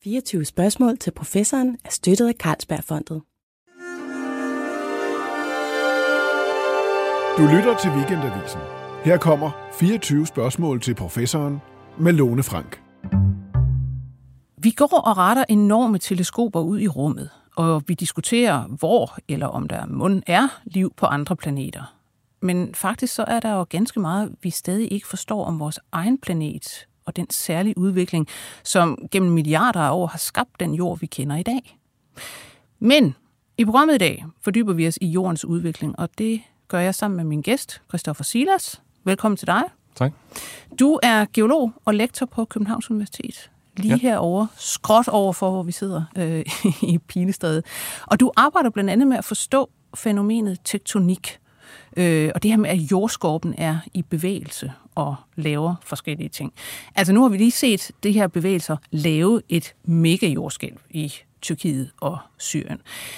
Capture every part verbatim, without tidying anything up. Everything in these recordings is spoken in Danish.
fireogtyve spørgsmål til professoren er støttet af Carlsbergfondet. Du lytter til Weekendavisen. Her kommer fireogtyve spørgsmål til professoren med Lone Frank. Vi går og retter enorme teleskoper ud i rummet, og vi diskuterer, hvor eller om der mund er liv på andre planeter. Men faktisk så er der jo ganske meget, vi stadig ikke forstår om vores egen planet og den særlige udvikling, som gennem milliarder af år har skabt den jord, vi kender i dag. Men i programmet i dag fordyber vi os i jordens udvikling, og det gør jeg sammen med min gæst, Christoffer Silas. Velkommen til dig. Tak. Du er geolog og lektor på Københavns Universitet. Lige ja. herovre, skråt over for, hvor vi sidder øh, i Pilestræde. Og du arbejder blandt andet med at forstå fænomenet tektonik. Øh, og det her med, at jordskorpen er i bevægelse og laver forskellige ting. Altså nu har vi lige set det her bevægelser lave et mega-jordskælv i Tyrkiet og Syrien.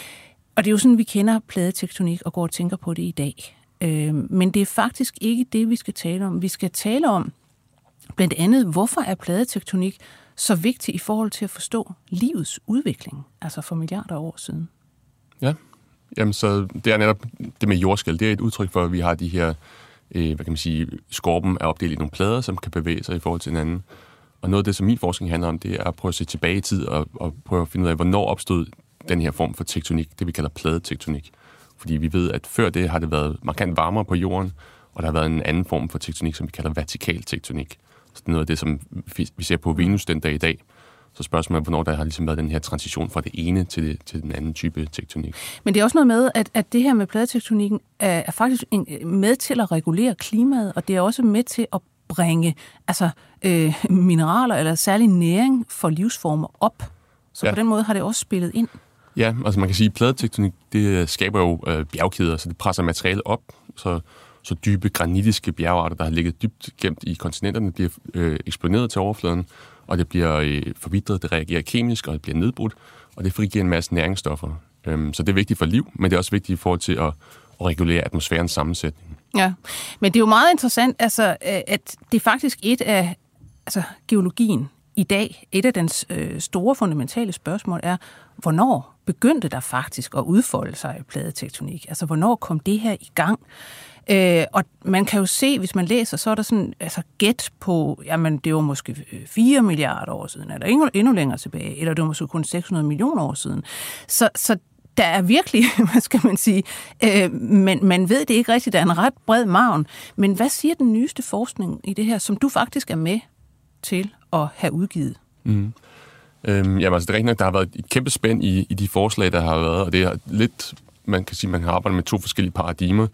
Og det er jo sådan, vi kender pladetektonik og går og tænker på det i dag. Øh, men det er faktisk ikke det, vi skal tale om. Vi skal tale om blandt andet, hvorfor er pladetektonik så vigtig i forhold til at forstå livets udvikling, altså for milliarder af år siden. Ja, jamen så det er netop det med jordskælv. Det er et udtryk for, at vi har de her, øh, hvad kan man sige, skorpen er opdelt i nogle plader, som kan bevæge sig i forhold til hinanden. Og noget af det, som min forskning handler om, det er at prøve at se tilbage i tid og, og prøve at finde ud af, hvornår opstod den her form for tektonik, det vi kalder pladetektonik. Fordi vi ved, at før det har det været markant varmere på jorden, og der har været en anden form for tektonik, som vi kalder vertikal tektonik. Så det er noget af det, som vi ser på Venus den dag i dag. Så spørgsmålet er, hvornår der har ligesom været den her transition fra det ene til, det, til den anden type tektonik. Men det er også noget med, at, at det her med pladetektonikken er, er faktisk en, med til at regulere klimaet, og det er også med til at bringe altså, øh, mineraler eller særlig næring for livsformer op. Så ja. På den måde har det også spillet ind. Ja, altså man kan sige, at pladetektonik, det skaber jo øh, bjergkæder, så det presser materiale op, så så dybe granitiske bjergarter, der har ligget dybt gemt i kontinenterne, bliver øh, eksponeret til overfladen, og det bliver øh, forvitret, det reagerer kemisk, og det bliver nedbrudt, og det frigiver en masse næringsstoffer. Øhm, så det er vigtigt for liv, men det er også vigtigt i forhold til at, at regulere atmosfærens sammensætning. Ja, men det er jo meget interessant, altså, at det er faktisk et af altså, geologien i dag, et af dens øh, store fundamentale spørgsmål er, hvornår begyndte der faktisk at udfolde sig pladetektonik? Altså, hvornår kom det her i gang? Øh, og man kan jo se, hvis man læser, så er der sådan, altså gæt på, jamen det var måske fire milliarder år siden, eller endnu, endnu længere tilbage, eller det var måske kun seks hundrede millioner år siden. Så, så der er virkelig, hvad skal man sige, øh, men man ved det ikke rigtigt, der er en ret bred margen. Men hvad siger den nyeste forskning i det her, som du faktisk er med til at have udgivet? Mm. Øhm, jamen altså det er rigtigt nok, der har været et kæmpe spænd i, i de forslag, der har været, og det er lidt, man kan sige, man har arbejdet med to forskellige paradigmer.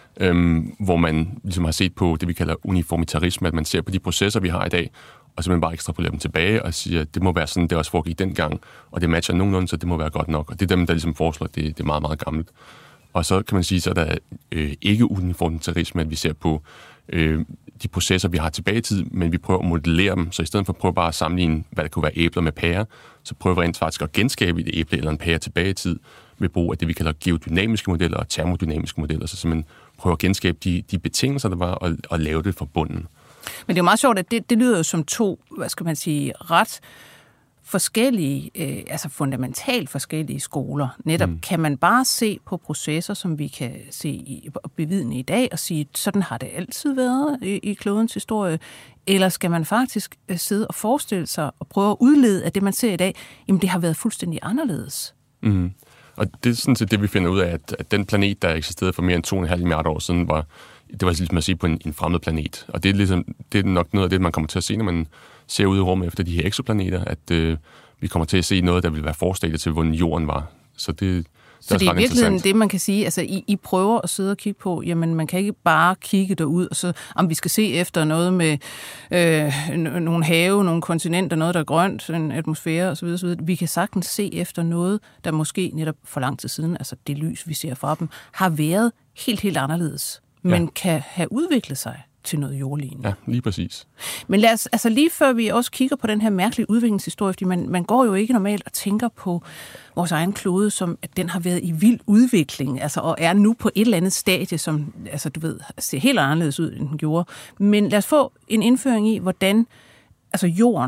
Øhm, hvor man ligesom har set på det, vi kalder uniformitarisme, at man ser på de processer, vi har i dag, og så man bare ekstrapolerer dem tilbage og siger, at det må være sådan, det også foregik dengang, og det matcher nogenlunde, så det må være godt nok. Og det er dem, der ligesom foreslår, at det, det er meget, meget gammelt. Og så kan man sige, så er der øh, ikke uniformitarisme, at vi ser på øh, de processer, vi har tilbage i tid, men vi prøver at modellere dem, så i stedet for at prøve bare at sammenligne, hvad der kunne være æbler med pærer, så prøver vi rent faktisk at genskabe et æble eller en pære tilbage i tid, ved brug af det, vi kalder geodynamiske modeller og termodynamiske modeller, så simpelthen prøver at genskabe de, de betingelser, der var, og, og lave det fra bunden. Men det er jo meget sjovt, at det, det lyder jo som to, hvad skal man sige, ret forskellige, øh, altså fundamentalt forskellige skoler. Netop mm. kan man bare se på processer, som vi kan se i, bevidne i dag, og sige, sådan har det altid været i, i klodens historie, eller skal man faktisk sidde og forestille sig og prøve at udlede af det, man ser i dag, jamen det har været fuldstændig anderledes. Mm. Og det er sådan set det, vi finder ud af, at, at den planet, der eksisterede for mere end to komma fem milliarder år siden, var, det var ligesom at se på en, en fremmed planet. Og det er, ligesom, det er nok noget af det, man kommer til at se, når man ser ud i rummet efter de her eksoplaneter, at øh, vi kommer til at se noget, der vil være forstadiet til, hvordan jorden var. Så det, Så det er i virkeligheden det, man kan sige, altså I, I prøver at sidde og kigge på, jamen man kan ikke bare kigge derud, og så om vi skal se efter noget med øh, nogle have, nogle kontinenter, noget der er grønt, en atmosfære osv. osv. Vi kan sagtens se efter noget, der måske netop for lang tid siden, altså det lys, vi ser fra dem, har været helt, helt anderledes, men ja. kan have udviklet sig til noget jordlignende. Ja, lige præcis. Men lad os, altså lige før vi også kigger på den her mærkelige udviklingshistorie, fordi man, man går jo ikke normalt og tænker på vores egen klode, som at den har været i vild udvikling, altså og er nu på et eller andet stadie, som altså du ved, ser helt anderledes ud, end den gjorde. Men lad os få en indføring i, hvordan altså jorden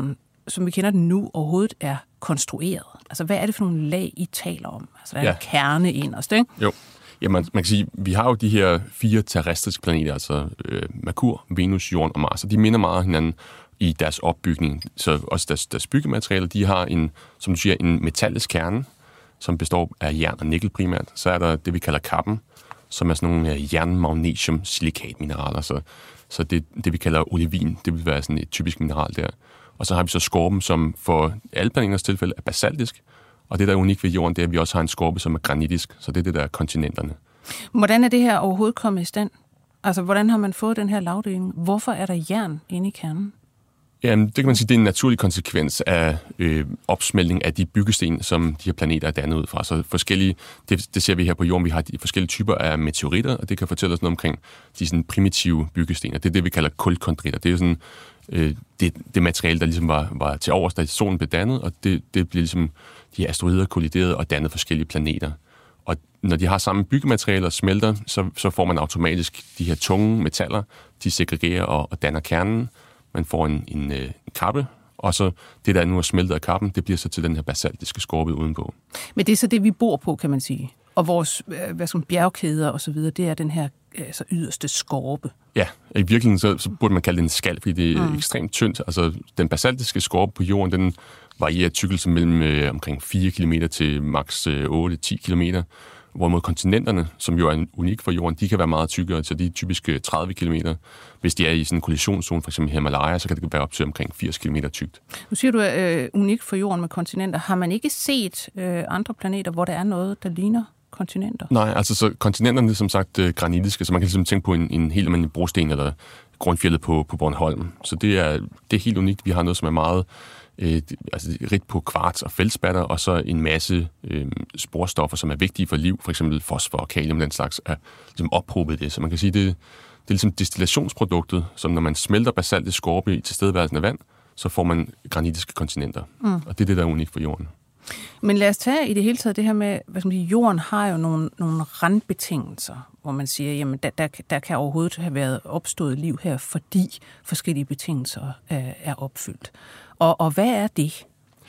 som vi kender den nu, overhovedet er konstrueret? Altså, hvad er det for nogle lag, I taler om? Altså, der er ja. en kerne inderst, ikke? Jo. Ja, man, man kan sige, vi har jo de her fire terrestriske planeter, altså øh, Merkur, Venus, Jorden og Mars, og de minder meget hinanden i deres opbygning. Så også deres, deres byggematerialer, de har en, som du siger, en metallisk kerne, som består af jern og nikkel primært. Så er der det, vi kalder kappen, som er sådan nogle jern-magnesium-silikatmineraler. Så, så det, det, vi kalder olivin, det vil være sådan et typisk mineral der. Og så har vi så skorpen, som for alle planeters tilfælde er basaltisk. Og det, der er unikt ved Jorden, det er, at vi også har en skorpe, som er granitisk. Så det er det, der er kontinenterne. Hvordan er det her overhovedet kommet i stand? Altså, hvordan har man fået den her lagdeling? Hvorfor er der jern inde i kernen? Jamen, det kan man sige, det er en naturlig konsekvens af øh, opsmeltning af de byggesten, som de her planeter er dannet ud fra. Så forskellige, det, det ser vi her på Jorden, vi har de forskellige typer af meteoritter, og det kan fortælle os noget omkring de sådan primitive byggesten. Det er det, vi kalder kulkondritter. Det er jo sådan øh, det, det materiale, der ligesom var, var til overs, da solen blev dannet, og det, det bliver ligesom de her asteroider kollideret og dannet forskellige planeter. Og når de har samme byggematerialer og smelter, så, så får man automatisk de her tunge metaller, de segregerer og, og danner kernen. Man får en, en, en kappe, og så det, der nu er smeltet af kappen, det bliver så til den her basaltiske skorpe udenpå. Men det er så det, vi bor på, kan man sige. Og vores hvad som bjergkæder og så videre, det er den her altså yderste skorpe. Ja, i virkeligheden så, så burde man kalde det en skal, fordi det er mm. ekstremt tyndt. Altså, den basaltiske skorpe på Jorden, den varierer tykkelse mellem øh, omkring fire kilometer til maks øh, otte til ti kilometer. Hvorimod kontinenterne, som jo er unik for Jorden, de kan være meget tykkere, så de er typisk tredive kilometer. Hvis de er i sådan en kollisionszone, f.eks. Himalaya, så kan det være op til omkring firs kilometer tykt. Nu siger du, at øh, unik for Jorden med kontinenter. Har man ikke set øh, andre planeter, hvor der er noget, der ligner kontinenter? Nej, altså så kontinenterne er som sagt øh, granitiske, så man kan ligesom tænke på en, en helt almindelig brosten eller grundfjeldet på, på Bornholm. Så det er, det er helt unikt. Vi har noget, som er meget øh, altså, rigt på kvarts og feldspatter, og så en masse øh, sporstoffer, som er vigtige for liv, for eksempel fosfor og kalium, den slags, er ligesom ophobet det. Så man kan sige, det, det er ligesom destillationsproduktet, som når man smelter basaltisk skorpe i tilstedeværelsen af vand, så får man granitiske kontinenter. Mm. Og det er det, der er unikt for Jorden. Men lad os tage i det hele taget det her med, hvad skal man sige, Jorden har jo nogle, nogle randbetingelser, hvor man siger, jamen der, der, der kan overhovedet have været opstået liv her, fordi forskellige betingelser øh, er opfyldt. Og, og hvad er det?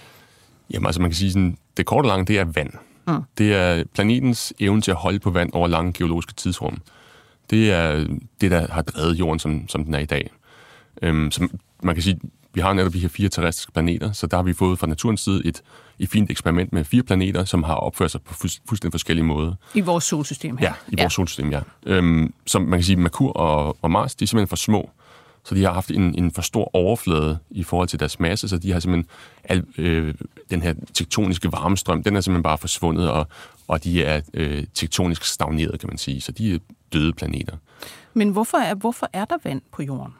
Jamen altså man kan sige, sådan, det korte og lange, det er vand. Mm. Det er planetens evne til at holde på vand over lange geologiske tidsrum. Det er det, der har drevet Jorden, som, som den er i dag. Øhm, som man kan sige, vi har netop de her fire terrestriske planeter, så der har vi fået fra naturens side et, et fint eksperiment med fire planeter, som har opført sig på fuldstændig forskellige måder. I vores solsystem her? Ja, i vores ja. solsystem, ja. Øhm, som man kan sige, Merkur og, og Mars, de er simpelthen for små. Så de har haft en, en for stor overflade i forhold til deres masse, så de har simpelthen al, øh, den her tektoniske varmestrøm, den er simpelthen bare forsvundet, og, og de er øh, tektonisk stagneret, kan man sige. Så de er døde planeter. Men hvorfor er, hvorfor er der vand på Jorden?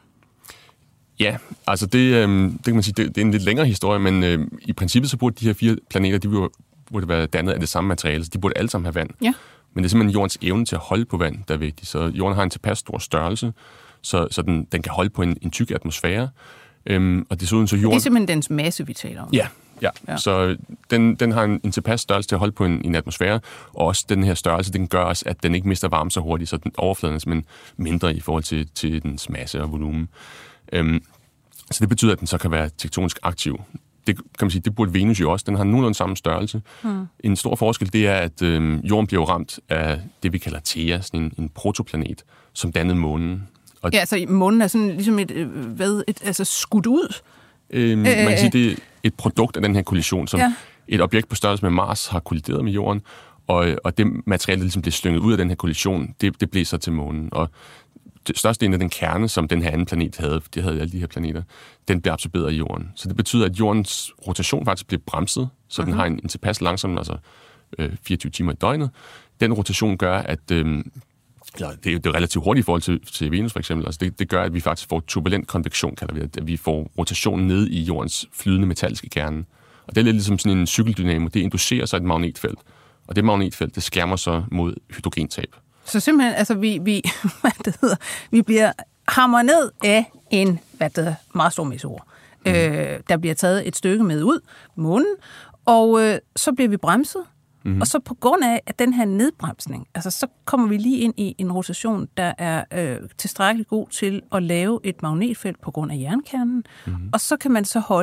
Ja, altså det, øh, det kan man sige, det, det er en lidt længere historie, men øh, i princippet så burde de her fire planeter, de burde, burde være dannet af det samme materiale, så de burde alle sammen have vand. Ja. Men det er simpelthen jordens evne til at holde på vand, der er vigtigt. Så jorden har en tilpas stor størrelse, så, så den, den kan holde på en, en tyk atmosfære. Øhm, og desuden så jorden... Det er simpelthen dens masse, vi taler om. Ja, ja. ja. Så den, den har en, en tilpas størrelse til at holde på en, en atmosfære, og også den her størrelse, den gør også, at den ikke mister varme så hurtigt, så den overfladen er simpelthen mindre i forhold til, til dens masse og volumen. Øhm, så det betyder, at den så kan være tektonisk aktiv. Det kan man sige, det burde Venus jo også. Den har nogenlunde samme størrelse. Hmm. En stor forskel, det er, at øh, jorden bliver ramt af det, vi kalder Theia, sådan en, en protoplanet, som dannede månen. Og ja, altså månen er sådan ligesom et, hvad, et altså skudt ud? Øh, man kan sige, det er et produkt af den her kollision, som ja. et objekt på størrelse med Mars har kollideret med jorden, og, og det materiale, der ligesom blev slynget ud af den her kollision, det, det blev så til månen. Og størstedelen af den kerne, som den her anden planet havde, det havde alle de her planeter, den blev absorberet i jorden. Så det betyder, at jordens rotation faktisk bliver bremset, så uh-huh. den har en, en tilpas langsom, altså øh, fireogtyve timer i døgnet. Den rotation gør, at øh, ja, det, er, det er relativt hurtigt i forhold til, til Venus for eksempel. Altså det, det gør, at vi faktisk får turbulent konvektion, kalder vi det, at vi får rotation ned i jordens flydende metalliske kerne. Og det er lidt ligesom sådan en cykeldynamo. Det inducerer sig et magnetfelt, og det magnetfelt, det skærmer så mod hydrogentab. Så simpelthen, altså vi, vi, hvad det hedder, vi bliver hamret ned af en, hvad det hedder, meget stor meteor. Mm. Øh, der bliver taget et stykke med ud, månen, og øh, så bliver vi bremset. Mm. Og så på grund af at den her nedbremsning, altså så kommer vi lige ind i en rotation, der er øh, tilstrækkeligt god til at lave et magnetfelt på grund af jernkernen. Mm. Og så kan man så holde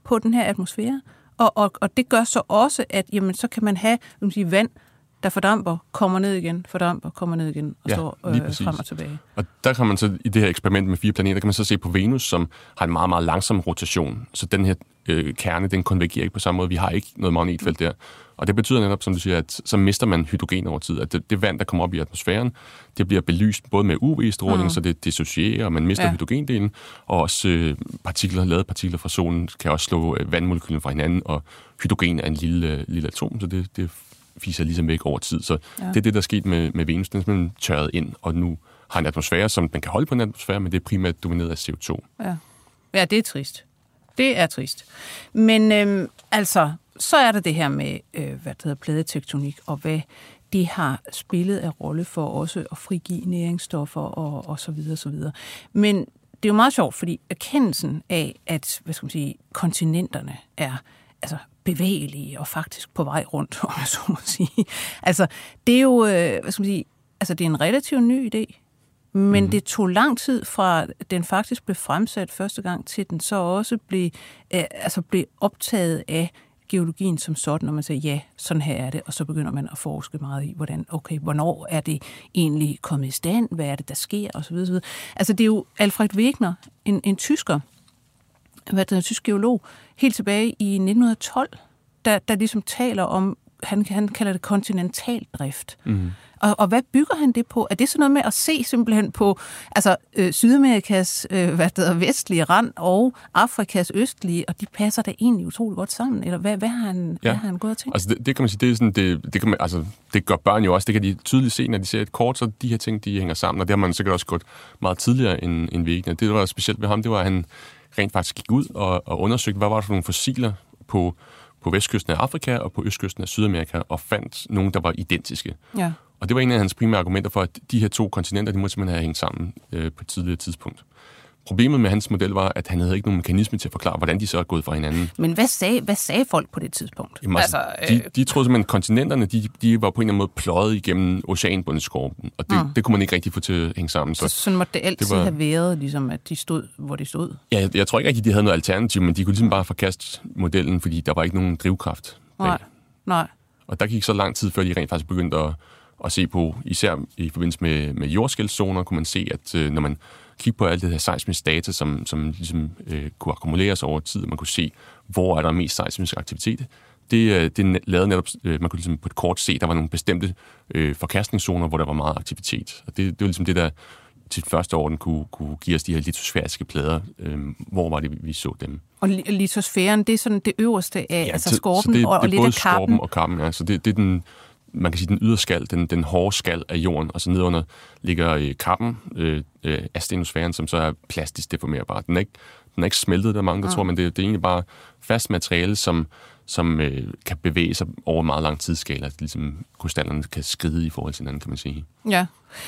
på den her atmosfære. Og, og, og det gør så også, at jamen, så kan man have man sige, vand, der fordamper, kommer ned igen, fordamper, kommer ned igen, og ja, står øh, frem og tilbage. Og der kan man så i det her eksperiment med fire planeter, kan man så se på Venus, som har en meget, meget langsom rotation. Så den her øh, kerne, den konvergerer ikke på samme måde. Vi har ikke noget magnetfelt der. Og det betyder netop, som du siger, at så mister man hydrogen over tid. At det, det vand, der kommer op i atmosfæren, det bliver belyst både med U V-stråling, mm. så det dissocierer, og man mister ja. hydrogendelen, og også øh, partikler, ladede partikler fra solen, kan også slå øh, vandmolekylen fra hinanden, og hydrogen er en lille, øh, lille atom, så det, det fiser ligesom væk over tid. Så ja. det er det, der er sket med, med Venus. Den er simpelthen tørret ind, og nu har en atmosfære, som den kan holde på en atmosfære, men det er primært domineret af C O to. Ja, ja det er trist. Det er trist. Men øhm, altså, så er der det her med, øh, hvad det hedder, pladetektonik, og hvad det har spillet af rolle for også at frigive næringsstoffer og, og så videre, så videre. Men det er jo meget sjovt, fordi erkendelsen af, at, hvad skal man sige, kontinenterne er altså bevægelige og faktisk på vej rundt, om jeg så må sige. Altså, det er jo, øh, hvad skal man sige, altså det er en relativt ny idé, men mm. det tog lang tid fra, den faktisk blev fremsat første gang, til den så også blev, øh, altså blev optaget af geologien som sådan, når man siger, ja, sådan her er det, og så begynder man at forske meget i, hvordan, okay, hvornår er det egentlig kommet i stand, hvad er det, der sker, og så videre, så videre. Altså, det er jo Alfred Wegener, en, en tysker, hvad det er, en tysk geolog, helt tilbage i nitten tolv, der, der ligesom taler om, han, han kalder det kontinentaldrift. Mm. Og, og hvad bygger han det på? Er det sådan noget med at se simpelthen på altså, øh, Sydamerikas øh, hvad det hedder, vestlige rand og Afrikas østlige, og de passer da egentlig utroligt godt sammen? Eller hvad, hvad, har, han, ja. hvad har han gået og tænkt? Altså det, det kan man sige, det, er sådan, det, det, kan man, altså, det gør børn jo også. Det kan de tydeligt se, når de ser et kort, så de her ting, de hænger sammen. Og det har man sikkert også gået meget tidligere end, end Wegener. Det, der var specielt ved ham, det var, at han rent faktisk gik ud og, og undersøgte, hvad var det for nogle fossiler på, på vestkysten af Afrika og på østkysten af Sydamerika, og fandt nogle, der var identiske. Ja. Og det var en af hans primære argumenter for, at de her to kontinenter, de må simpelthen have hængt sammen øh, på et tidligere tidspunkt. Problemet med hans model var, at han havde ikke nogen mekanisme til at forklare, hvordan de så er gået fra hinanden. Men hvad sagde, hvad sagde folk på det tidspunkt? Jamen, altså, altså, de, de troede simpelthen, at kontinenterne de, de var på en eller anden måde pløjet igennem oceanbundskorpen, og det, mm. det kunne man ikke rigtig få til at hænge sammen. Så, så sådan måtte det altid det var, have været, ligesom at de stod, hvor de stod? Ja, jeg, jeg tror ikke rigtig, de havde noget alternativ, men de kunne ligesom bare forkaste modellen, fordi der var ikke nogen drivkraft. Nej, nej. Og der gik så lang tid, før de rent faktisk begyndte at, at se på, især i forbindelse med, med jordskælvzoner, kunne man se, at øh, når man kigge på alt det her seismisk data, som, som ligesom, øh, kunne akkumuleres over tid, og man kunne se, hvor er der mest seismisk aktivitet. Det, det lavede netop, øh, man kunne ligesom på et kort se, der var nogle bestemte øh, forkastningszoner, hvor der var meget aktivitet. Og det, det var ligesom det, der til første orden kunne, kunne give os de her litosfæriske plader. Øh, hvor var det, vi så dem? Og litosfæren, det er sådan det øverste af, ja, altså skorpen det, det, og, og det lidt af kappen? Det er både skorpen og kappen, ja. Så det, det er den, man kan sige, den yderskal, den, den hårde skal af jorden, og så nedenunder ligger øh, kappen øh, øh, af stenosfæren, som så er plastisk deformerbar. Den er ikke, den er ikke smeltet, der er mange, der ja. tror, men det, det er egentlig bare fast materiale, som, som øh, kan bevæge sig over meget lang tidsskala. Ligesom krystallerne kan skride i forhold til hinanden, kan man sige. Ja.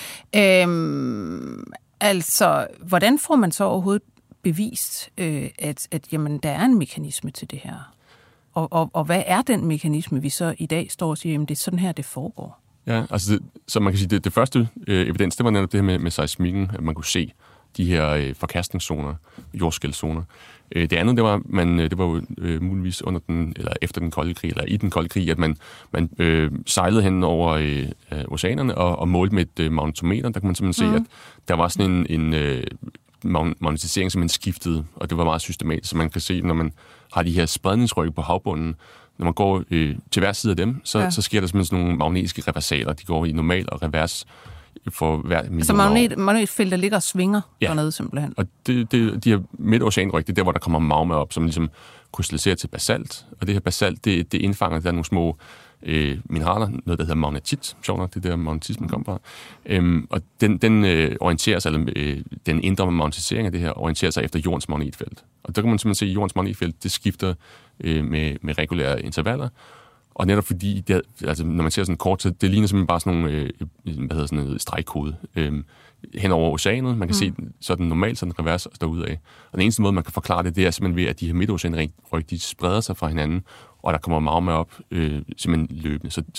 Øhm, altså, hvordan får man så overhovedet bevist, øh, at, at jamen, der er en mekanisme til det her? Og, og, og hvad er den mekanisme, vi så i dag står og siger, jamen det er sådan her, det foregår? Ja, altså det, så man kan sige, det, det første øh, evidens, det var netop det her med, med seismikken, at man kunne se de her øh, forkastningszoner, jordskælvzoner. Øh, det andet, det var, man, det var jo øh, muligvis under den, eller efter den kolde krig, eller i den kolde krig, at man, man øh, sejlede hen over øh, oceanerne og, og målte med et øh, magnetometer. Der kunne man simpelthen mm. se, at der var sådan en, en øh, magnetisering, som man skiftede, og det var meget systematisk, så man kan se, når man har de her spredningsrygge på havbunden, når man går øh, til hver side af dem, så, ja. så sker der simpelthen sådan nogle magnetiske reversaler. De går i normal og revers for hver million altså magnet, magnetfelter ligger og svinger ja. dernede simpelthen. Og det, det, de her midtoceanryg, det er der, hvor der kommer magma op, som ligesom krystalliserer til basalt. Og det her basalt, det, det indfanger der nogle små øh, mineraler, noget der hedder magnetit, sjovt nok, det er der magnetismen kommer fra. Øhm, og den, den øh, orienterer sig, eller øh, den indre magnetisering af det her, orienterer sig efter jordens magnetfelt. Og der kan man simpelthen se, at jordens magnetfelt, det skifter øh, med, med regulære intervaller. Og netop fordi, det, altså, når man ser sådan kort, så det ligner simpelthen bare sådan nogle, øh, hvad hedder sådan noget, stregkode øh, hen over oceanet. Man kan mm. se, så er den normalt, så den revers og derudad. Og den eneste måde, man kan forklare det, det er simpelthen ved, at de her midtoceanryg, de spreder sig fra hinanden, og der kommer magma op øh, simpelthen løbende. Så, så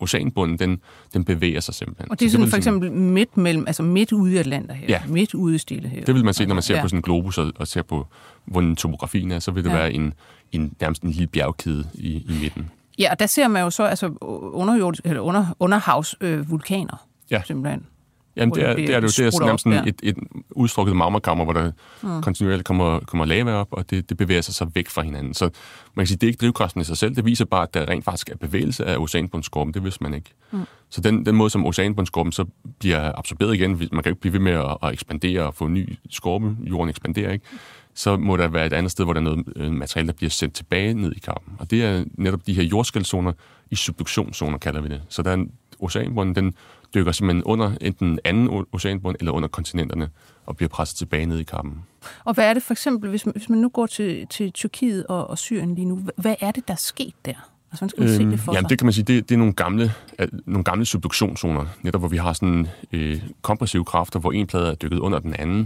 oceanbunden, den, den bevæger sig simpelthen. Og det er så sådan det for eksempel midt mellem, altså midt ude i Atlanterhavet, ja. midt ude i Stillehavet. Det vil man se, når man ser ja. på sådan en globus og, og ser på, hvordan topografien er, så vil det ja. være en, en, nærmest en lille bjergkæde i, i midten. Ja, og der ser man jo så altså underjord, eller under, underhavsvulkaner, øh, ja. simpelthen. Jamen, det er, det er det jo. Det er sådan, sådan et, et udstrukket magmakammer, hvor der mm. kontinuerligt kommer, kommer lava op, og det, det bevæger sig så væk fra hinanden. Så man kan sige, det er ikke drivkraften i sig selv. Det viser bare, at der rent faktisk er bevægelse af oceanbundskorpen. Det vidste man ikke. Mm. Så den, den måde, som oceanbundskorpen så bliver absorberet igen, man kan jo ikke blive ved med at, at ekspandere og få ny skorpe. Jorden ekspanderer ikke. Så må der være et andet sted, hvor der er noget materiale, der bliver sendt tilbage ned i kappen. Og det er netop de her jordskælvzoner i subduktionszoner, kalder vi det. Så der er en oceanbunden, den dykker simpelthen under enten anden oceanbund eller under kontinenterne og bliver presset tilbage ned i kappen. Og hvad er det for eksempel, hvis man, hvis man nu går til, til Tyrkiet og, og Syrien lige nu, hvad er det, der er sket der? Altså, hvordan skal man øhm, se det for jamen, sig? det kan man sige, det, det er nogle gamle, nogle gamle subduktionszoner, netop hvor vi har sådan øh, kompressive kræfter, hvor en plade er dykket under den anden,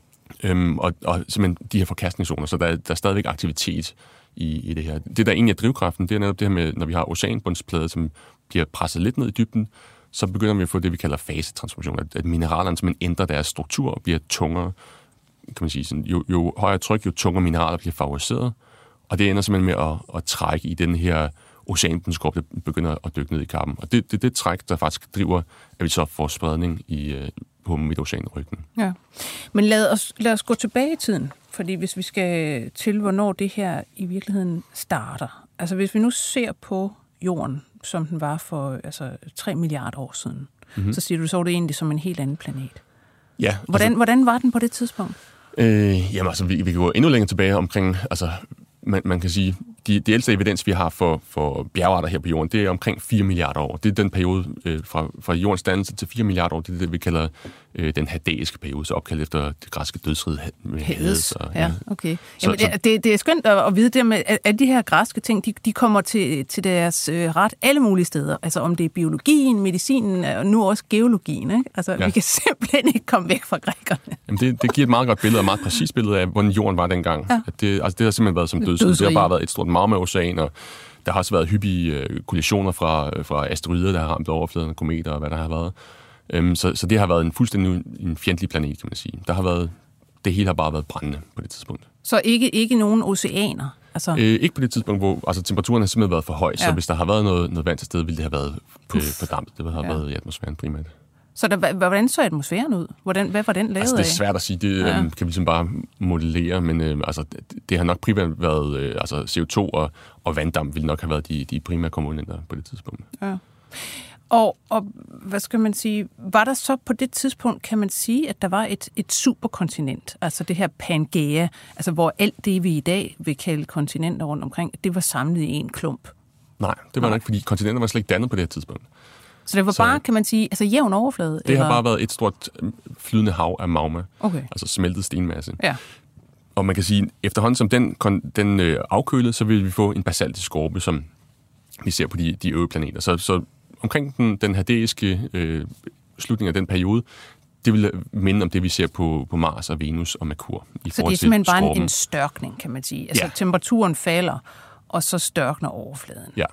øhm, og, og simpelthen de her forkastningszoner, så der, der er stadigvæk aktivitet i, i det her. Det, der egentlig er drivkraften, det er netop det her med, når vi har oceanbundsplader, som bliver presset lidt ned i dybden, så begynder vi at få det, vi kalder fasetransformation, at, at mineralerne simpelthen ændrer deres struktur og bliver tungere. Kan man sige sådan, jo, jo højere tryk, jo tungere mineraler bliver favoriseret, og det ender simpelthen med at, at trække i den her oceanbundskorpe, der begynder at dykke ned i kappen. Og det er det, det træk, der faktisk driver, at vi så får spredning i, på midtoceanryggen. Ja, men lad os, lad os gå tilbage i tiden, fordi hvis vi skal til, hvornår det her i virkeligheden starter. Altså hvis vi nu ser på jorden, som den var for altså, tre milliarder år siden, mm-hmm. så siger du, så var det egentlig som en helt anden planet. Ja. Hvordan, altså, hvordan var den på det tidspunkt? Øh, jamen altså, vi, vi kan gå endnu længere tilbage omkring, altså, man, man kan sige, de, de ældste evidens, vi har for, for bjergarter her på jorden, det er omkring fire milliarder år. Det er den periode øh, fra, fra jordens dannelse til fire milliarder år, det er det, vi kalder øh, den hadæiske periode, så opkaldt efter det græske dødsrige Hades. Og, ja, okay. Jamen, så, det, det, det er skønt at vide det med, at de her græske ting, de, de kommer til, til deres øh, ret alle mulige steder. Altså om det er biologien, medicinen og nu også geologien. Ikke? Altså, ja. Vi kan simpelthen ikke komme væk fra grækerne. Jamen, det, det giver et meget godt billede, og et meget præcist billede af, hvordan jorden var dengang. Ja. At det, altså, det har simpelthen været som dødsrige. Det har bare været et stort magmaocean, og der har også været hyppige øh, kollisioner fra, fra asteroider, der har ramt overfladen, kometer og hvad der har været. Øhm, så, så det har været en fuldstændig en fjendtlig planet, kan man sige. Der har været, det hele har bare været brændende på det tidspunkt. Så ikke, ikke nogen oceaner? Altså... Øh, ikke på det tidspunkt, hvor altså, temperaturen har simpelthen været for høj, ja. Så hvis der har været noget, noget vand til stede, ville det have været øh, på dampet. Det har ja. været i atmosfæren primært. Så der, hvordan så atmosfæren ud? Hvordan, hvad var den lavet af? Altså, det er svært at sige. Det ja. øhm, kan vi ligesom bare modellere, men øh, altså, det, det har nok primært været øh, altså C O to og, og vanddamp ville nok have været de, de primære komponenter på det tidspunkt. Ja. Og, og hvad skal man sige, var der så på det tidspunkt, kan man sige, at der var et, et superkontinent, altså det her Pangea, altså hvor alt det, vi i dag vil kalde kontinenter rundt omkring, det var samlet i en klump? Nej, det var nok, fordi kontinenter var slet ikke dannet på det her tidspunkt. Så det var bare, så, kan man sige, altså jævn overflade? Det eller? Har bare været et stort flydende hav af magma, okay. Altså smeltet stenmasse. Ja. Og man kan sige, efterhånden som den, den øh, afkølede, så vil vi få en basaltisk skorpe, som vi ser på de, de øvrige planeter. Så, så omkring den, den hadæiske øh, slutning af den periode, det vil minde om det, vi ser på, på Mars og Venus og Merkur. I så det er simpelthen bare en, en størkning, kan man sige. Altså ja. Temperaturen falder, og så størkner overfladen. Ja.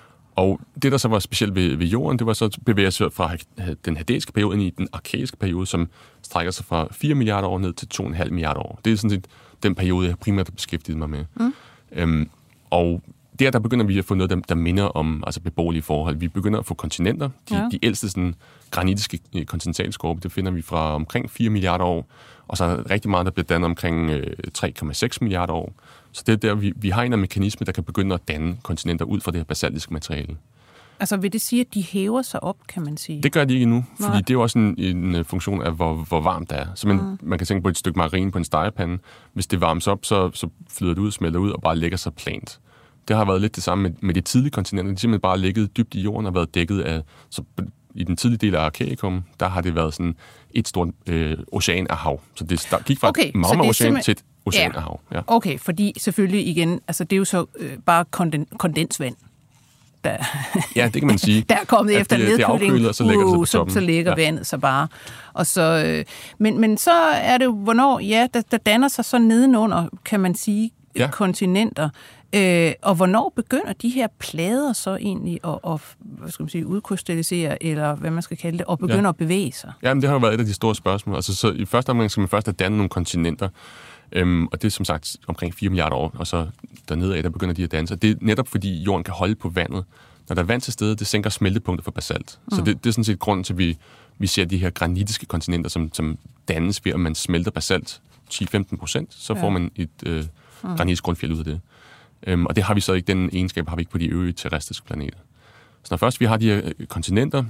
Og det, der så var specielt ved, ved jorden, det var så at bevæge sig fra den hadæiske periode ind i den arkæiske periode, som strækker sig fra fire milliarder år ned til to komma fem milliarder år. Det er sådan set den periode, jeg primært har beskæftiget mig med. Mm. Øhm, og der, der begynder vi at få noget, der, der minder om altså beboelige forhold. Vi begynder at få kontinenter. De, ja. de ældste sådan, granitiske kontinentalskorpe, det finder vi fra omkring fire milliarder år. Og så er der rigtig meget, der bliver dannet omkring øh, tre komma seks milliarder år. Så det er der, vi, vi har en mekanisme, der kan begynde at danne kontinenter ud fra det her basaltiske materiale. Altså vil det sige, at de hæver sig op, kan man sige? Det gør de ikke endnu, fordi Nej. det er jo også en, en funktion af, hvor, hvor varmt det er. Så man, mm. man kan tænke på et stykke marin på en stegepande. Hvis det varmes op, så, så flyder det ud, smelter ud og bare lægger sig plant. Det har været lidt det samme med, med de tidlige kontinenter. De har simpelthen bare ligget dybt i jorden og været dækket af... Så i den tidlige del af Arkæikum, der har det været sådan et stort øh, ocean af hav. Så det der gik fra okay, et magma-ocean simpelthen... til et ocean af hav. Ja. Okay, fordi selvfølgelig igen, altså det er jo så øh, bare konden, kondensvand. Der, ja, det kan man sige. der er kommet efter det, nedkøling, det så lægger uh, så, så ligger ja. vandet så bare. Og så, øh, men, men så er det jo, hvornår, ja, der, der danner sig så nedenunder, kan man sige, ja. kontinenter. Øh, og hvornår begynder de her plader så egentlig at, at hvad skal man sige, udkrystallisere, eller hvad man skal kalde det, og begynder ja. at bevæge sig? Jamen, det har jo været et af de store spørgsmål. Altså, så i første omgang skal man først have dannet nogle kontinenter, øhm, og det er som sagt omkring fire milliarder år, og så dernede af, der begynder de at danse. Det er netop fordi jorden kan holde på vandet. Når der er vand til stede, det sænker smeltepunktet for basalt. Mm. Så det, det er sådan set grunden til, at vi, vi ser de her granitiske kontinenter, som, som dannes ved, at man smelter basalt ti til femten procent, så ja. får man et øh, mm. granitisk grundfjeld ud af det. Um, og det har vi så ikke, den egenskab har vi ikke på de øvrige terrestriske planeter. Så når først vi har de her øh, kontinenter,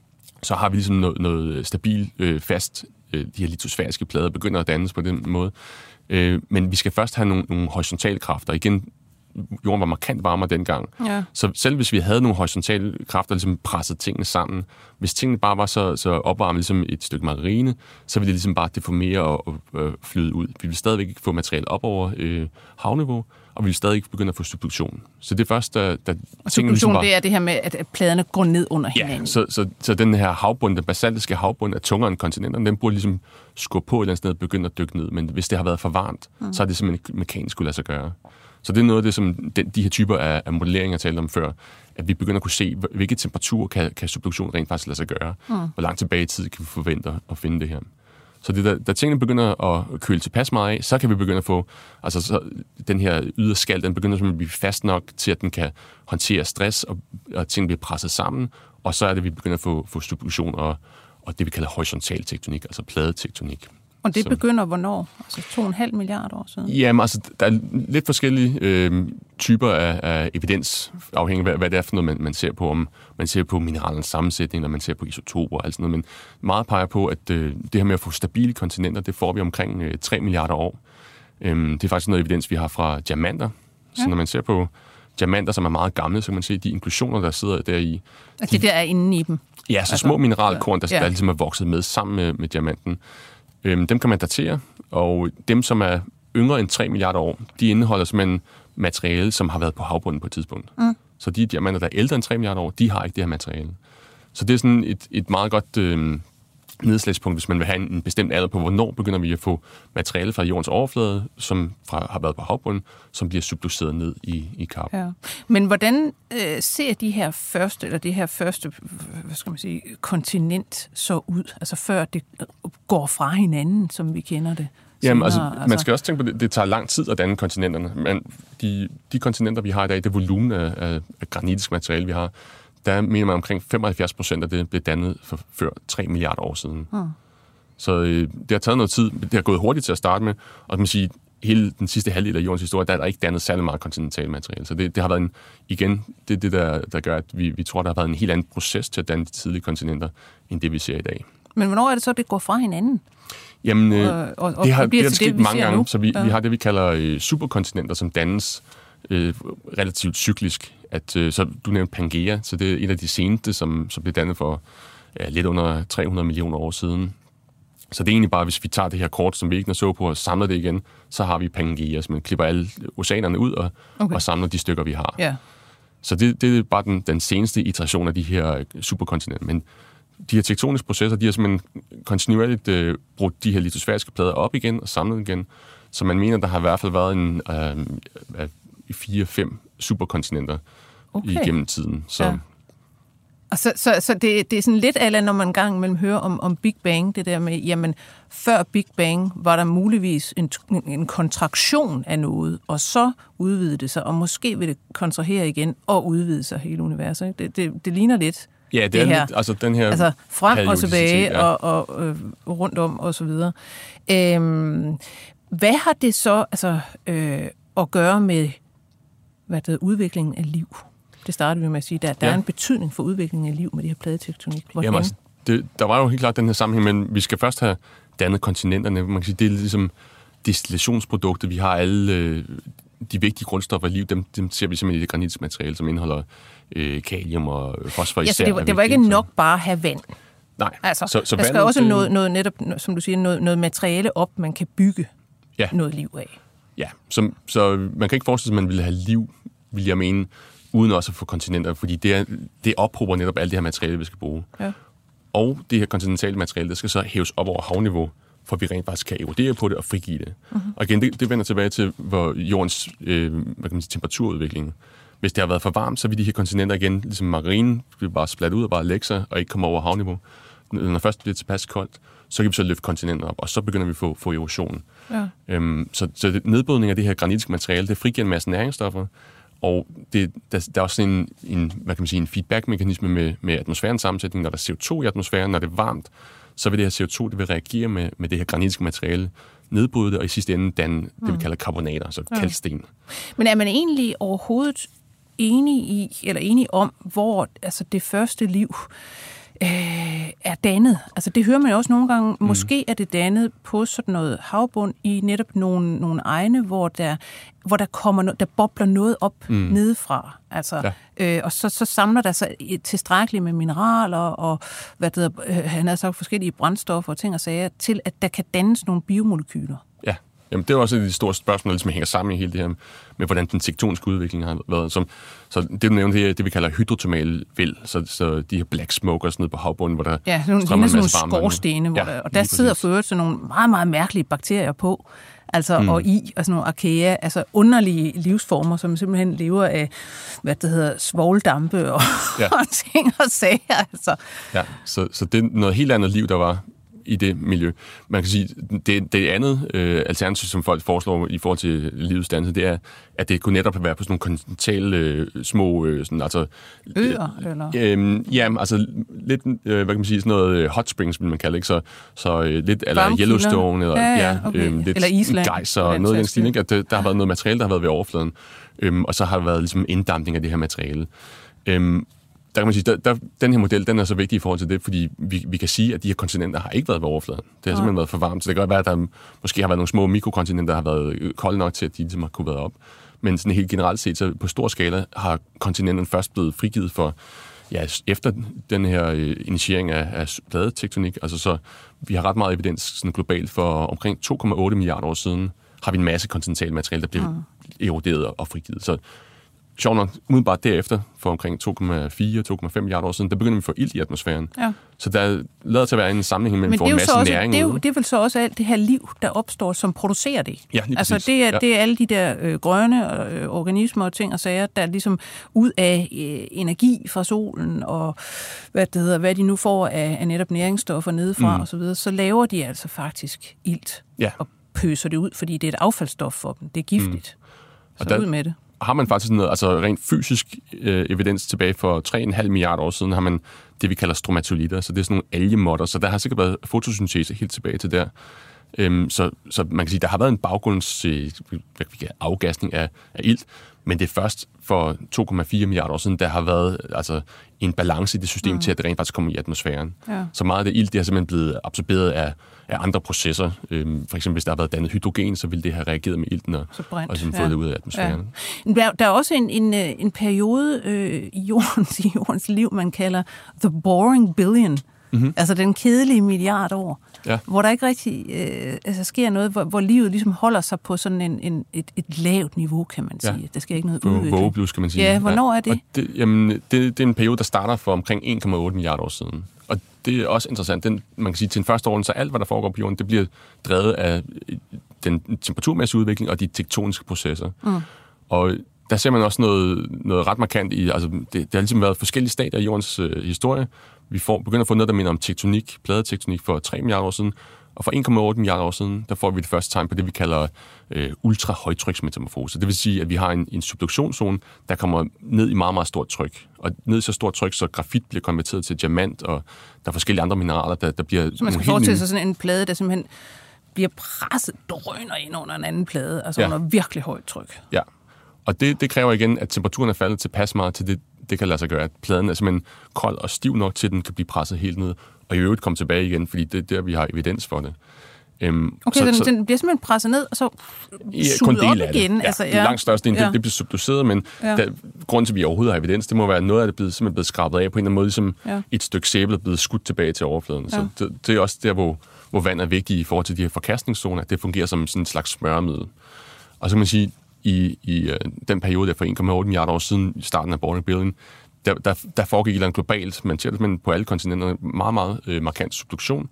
så har vi ligesom noget, noget stabilt, øh, fast, øh, de her litosfæriske plader begynder at dannes på den måde. Øh, men vi skal først have nogle, nogle horisontale kræfter. Igen, jorden var markant varmere dengang. Ja. Så selv hvis vi havde nogle horisontale kræfter, ligesom presset tingene sammen, hvis tingene bare var så, så opvarmet ligesom et stykke margarine, så ville det ligesom bare deformere og, og øh, flyde ud. Vi ville stadigvæk ikke få materiale op over øh, havniveau, og vi vil stadig ikke begynde at få subduktion. Så det første, der... der og subduktion, ligesom var, det er det her med, at pladerne går ned under hinanden. Ja, så, så, så den her havbund, den basaltiske havbund, er tungere end kontinenterne, den burde ligesom skubbe på et eller andet sted og begynde at dykke ned. Men hvis det har været for varmt, mm. så er det simpelthen mekanisk skulle lade sig gøre. Så det er noget af det, som den, de her typer af, af modelleringer, jeg talte om før, at vi begynder at kunne se, hvilke temperaturer kan, kan subduktion rent faktisk lade sig gøre. Mm. Hvor langt tilbage i tid kan vi forvente at finde det her. Så det, der, da tingene begynder at køle tilpas meget af, så kan vi begynde at få, altså så den her yderskal, den begynder at blive fast nok til, at den kan håndtere stress, og, og tingene bliver presset sammen, og så er det, at vi begynder at få, få subduktion og, og det, vi kalder horisontal tektonik, altså pladetektonik. Og det så. begynder hvornår? Altså to og en halv milliard år siden? Jamen, altså, der er lidt forskellige øh, typer af, af evidens, afhængig af, hvad, hvad det er for noget, man, man ser på. Om man ser på mineralernes sammensætning, eller man ser på isotoper og alt sådan noget. Men meget peger på, at øh, det her med at få stabile kontinenter, det får vi omkring øh, tre milliarder år. Øh, det er faktisk noget evidens, vi har fra diamanter. Ja. Så når man ser på diamanter, som er meget gamle, så kan man se de inklusioner, der sidder deri. At det de, der er inde i dem? Ja, så altså, små mineralkorn, der, ja. der ligesom er vokset med sammen med, med diamanten. Øhm, dem kan man datere, og dem, som er yngre end tre milliarder år, de indeholder simpelthen materiale, som har været på havbunden på et tidspunkt. Mm. Så de diamanter, der er ældre end tre milliarder år, de har ikke det her materiale. Så det er sådan et, et meget godt øh, nedslagspunkt, hvis man vil have en, en bestemt alder på, hvornår begynder vi at få materiale fra jordens overflade, som fra, har været på havbunden, som bliver subduceret ned i, i karp. Ja. Men hvordan øh, ser de her første, eller det her første, hvad skal man sige, kontinent så ud, altså før det går fra hinanden, som vi kender det? Jamen, altså, altså, man skal også tænke på, at det, det tager lang tid at danne kontinenterne. Men de, de kontinenter, vi har i dag, det volumen af, af, af granitisk materiale, vi har, der mener man omkring femoghalvfjerds procent af det blev dannet for før tre milliarder år siden. Hmm. Så øh, det har taget noget tid. Det har gået hurtigt til at starte med. Og man sige, hele den sidste halvdel af jordens historie, der er der ikke dannet særlig meget kontinentalt materiale. Så det, det har været en, igen, det er det, der, der gør, at vi, vi tror, der har været en helt anden proces til at danne de tidlige kontinenter, end det, vi ser i dag. Men hvornår er det så, det går fra hinanden? Jamen, øh, og, og, og det har, det har sket det, mange gange, nu. Så vi, ja. vi har det, vi kalder øh, superkontinenter, som dannes øh, relativt cyklisk. At, øh, så du nævnte Pangea, så det er en af de seneste, som, som blev dannet for ja, lidt under tre hundrede millioner år siden. Så det er egentlig bare, hvis vi tager det her kort, som vi ikke så på, og samler det igen, så har vi Pangea, så man klipper alle oceanerne ud og, okay. og samler de stykker, vi har. Ja. Så det, det er bare den, den seneste iteration af de her superkontinenter. Men de her tektoniske processer, de har simpelthen kontinuerligt øh, brugt de her litosfæriske plader op igen og samlet igen. Så man mener, der har i hvert fald været en øh, fire fem superkontinenter okay. igennem tiden. Så, ja. Og så, så, så det, det er sådan lidt ala, når man engang mellem hører om, om Big Bang, det der med, jamen, før Big Bang var der muligvis en, en kontraktion af noget, og så udvidede det sig, og måske vil det kontrahere igen og udvide sig hele universet. Det, det, det ligner lidt. Ja, det, det er her. Lidt, altså den her altså frem og tilbage ja. og, og øh, rundt om og så videre. Øhm, hvad har det så altså øh, at gøre med hvad det hedder, udviklingen af liv? Det startede vi med at sige, der, der ja. er en betydning for udviklingen af liv med de her pladetektonik. Jamen, altså, det, der var jo helt klart den her sammenhæng, men vi skal først have dannet kontinenterne. Man kan sige, det er ligesom destillationsproduktet. Vi har alle øh, de vigtige grundstoffer i liv, dem, dem ser vi simpelthen i det granitiske materiale, som indeholder øh, kalium og fosfor især. Ja, så det var, det var ikke nok bare at have vand. Nej. Altså, så, så der skal også det... noget, noget, netop, som du siger, noget, noget materiale op, man kan bygge ja. noget liv af. Ja, så, så man kan ikke forestille sig, at man ville have liv, vil jeg mene, uden også at få kontinenter, fordi det, er, det ophober netop alt det her materiale, vi skal bruge. Ja. Og det her kontinentale materiale, det skal så hæves op over havniveau for at vi rent faktisk kan erodere på det og frigive det. Mm-hmm. Og igen, det, det vender tilbage til hvor jordens øh, hvad kan man sige, temperaturudvikling. Hvis det har været for varmt, så vil de her kontinenter igen, ligesom marinen, bliver bare splatte ud og bare lægge sig og ikke komme over havniveau. Når først det bliver tilpas koldt, så kan vi så løfte kontinenter op, og så begynder vi at få, få erosion. Ja. Øhm, så, så nedbrydning af det her granitiske materiale, det frigiver en masse næringsstoffer, og det, der, der er også en, en, hvad kan man sige, en feedback-mekanisme med, med atmosfærens sammensætning. Når der er C O to i atmosfæren, når det er varmt, så vil det her C O to det vil reagere med, med det her granitiske materiale, nedbryde det, og i sidste ende danne mm. det, vi kalder karbonater, altså ja. kalksten. Men er man egentlig overhovedet enig i, eller enig om, hvor altså det første liv øh, er dannet? Altså det hører man jo også nogle gange. Mm. Måske er det dannet på sådan noget havbund i netop nogle, nogle egne, hvor der, hvor der kommer no, der bobler noget op mm. nedefra. Altså, ja. øh, og så, så samler der sig tilstrækkeligt med mineraler og hvad det hedder, øh, han har sagt forskellige brændstoffer og ting og sager, til at der kan dannes nogle biomolekyler. Ja. Jamen, det er også et af de store spørgsmål, som hænger sammen i hele det her med, hvordan den tektoniske udvikling har været. Som, så det, du nævnte, det er det, vi kalder hydrotermal væld, så, så de her black smokers nede på havbunden, hvor der ja, nogle, strømmer en masse varme. Skorstene, hvor ja, der, og der sidder for øvrigt sådan nogle meget, meget mærkelige bakterier på, altså, mm. og i, altså nogle archaea, altså underlige livsformer, som simpelthen lever af, hvad det hedder, svovldampe og, ja. og ting og sager. Altså. Ja, så, så det er noget helt andet liv, der var i det miljø. Man kan sige, det, det andet øh, alternativ, som folk foreslår i forhold til livets dannelse, det er, at det kunne netop være på sådan nogle kontinentale øh, små, øh, sådan, altså... Øer, øh, eller? Øh, ja, altså lidt, øh, hvad kan man sige, sådan noget hot springs, vil man kalde, ikke? Så, så øh, lidt, eller Yellowstone, eller, ja, ja, okay. øh, lidt eller Island. Geyser, og noget af den stil, ikke? At der, der har været noget materiale, der har været ved overfladen, øh, og så har der været ligesom inddampning af det her materiale. Øh, Der kan man sige, der, der, den her model, den er så vigtig i forhold til det, fordi vi, vi kan sige, at de her kontinenter har ikke været ved overfladen. Det har ja. simpelthen været for varmt, så det kan godt være, at der måske har været nogle små mikrokontinenter, der har været kolde nok til, at de ligesom har kunne være op. Men sådan helt generelt set, så på stor skala har kontinenterne først blevet frigivet for, ja, efter den her øh, initiering af, af pladetektonik. Altså så, vi har ret meget evidens sådan globalt for omkring to komma otte milliarder år siden, har vi en masse kontinentalt materiale, der bliver ja. eroderet og frigivet. Så sjovt nok, umiddelbart derefter, for omkring to komma fire til to komma fem milliarder år siden, der begynder vi at få ilt i atmosfæren. Ja. Så der lader til at være en sammenhæng mellem, for en masse også, næring. Det er, jo, det er vel så også alt det her liv, der opstår, som producerer det. Ja, lige altså præcis. det er, ja. det er alle de der øh, grønne øh, organismer og ting og sager, der ligesom ud af øh, energi fra solen og hvad det hedder, hvad de nu får af, af netop næringsstoffer nedefra mm. og så videre, så laver de altså faktisk ilt ja. og pøser det ud, fordi det er et affaldsstof for dem. Det er giftigt. Mm. Så der, ud med det. Har man faktisk noget, altså rent fysisk øh, evidens tilbage for tre komma fem milliarder år siden, har man det, vi kalder stromatolitter, så det er sådan nogle algemotter, så der har sikkert været fotosyntese helt tilbage til der. Øhm, så, så man kan sige, der har været en baggrunds øh, afgasning af, af ilt, men det er først for to komma fire milliarder år siden, der har været altså, en balance i det system mm. til, at det rent faktisk kommer i atmosfæren. Ja. Så meget af det ilt, det har simpelthen blevet absorberet af, af andre processer. Øhm, for eksempel, hvis der har været dannet hydrogen, så ville det have reageret med ilten og, og fået ja. det ud af atmosfæren. Ja. Der, der er også en, en, en periode øh, i, jordens, i jordens liv, man kalder the boring billion. Mm-hmm. Altså den kedelige milliard år, ja. hvor der ikke rigtig øh, altså, sker noget, hvor, hvor livet ligesom holder sig på sådan en, en, et, et lavt niveau, kan man sige. Ja. Der sker ikke noget udvikling. Vågeblus, kan man sige. Ja, hvornår er det? det, jamen, det? Det er en periode, der starter for omkring en komma otte milliarder år siden. Og det er også interessant. Den, man kan sige, til en første ordning, så alt, hvad der foregår på jorden, det bliver drevet af den temperaturmæssige udvikling og de tektoniske processer. Mm. Og der ser man også noget, noget ret markant i, altså det, det har ligesom været forskellige stadier i jordens øh, historie. Vi får, begynder at få noget, der minder om tektonik, pladetektonik for tre milliarder år siden, og for en komma otte milliarder år siden, der får vi det første tegn på det, vi kalder øh, ultrahøjtryksmetamorfose. Det vil sige, at vi har en, en subduktionszone, der kommer ned i meget, meget stort tryk. Og ned i så stort tryk, så grafit bliver konverteret til diamant, og der er forskellige andre mineraler, der, der bliver... Så man skal forestille sig sådan en plade, der simpelthen bliver presset, drøner ind under en anden plade, altså ja. under virkelig højt tryk. Ja. Og det, det kræver igen, at temperaturen er faldet tilpas meget til det, det kan lade sig gøre, at pladen er simpelthen kold og stiv nok til, at den kan blive presset helt ned, og i øvrigt komme tilbage igen, fordi det er der, vi har evidens for det. Um, okay, så, den, så, den bliver simpelthen presset ned, og så ja, suget op igen. Ja, altså, ja. langt størstedelen, ja. det, det bliver subduceret, men ja. der, grunden til, at vi overhovedet har evidens, det må være, at noget af det blevet, simpelthen blevet skrabet af på en eller anden måde, ligesom ja. et stykke sæbe er blevet skudt tilbage til overfladen. Ja. Så det, det er også der, hvor, hvor vand er vigtigt i forhold til de her forkastningszoner, at det fungerer som sådan en slags smøremiddel. Og så kan man sige, i, i uh, den periode der for en komma otte milliarder år siden, i starten af boring billion, der, der, der foregik et eller andet globalt, man ser det på alle kontinenter, meget, meget øh, markant subduktion.